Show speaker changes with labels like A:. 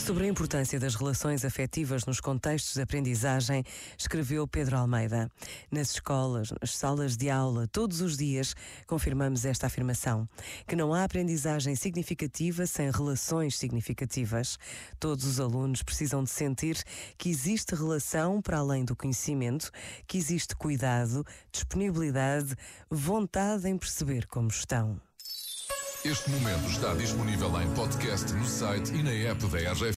A: Sobre a importância das relações afetivas nos contextos de aprendizagem, escreveu Pedro Almeida. Nas escolas, nas salas de aula, todos os dias, confirmamos esta afirmação, que não há aprendizagem significativa sem relações significativas. Todos os alunos precisam de sentir que existe relação para além do conhecimento, que existe cuidado, disponibilidade, vontade em perceber como estão.
B: Este momento está disponível em podcast no site e na app da RGF.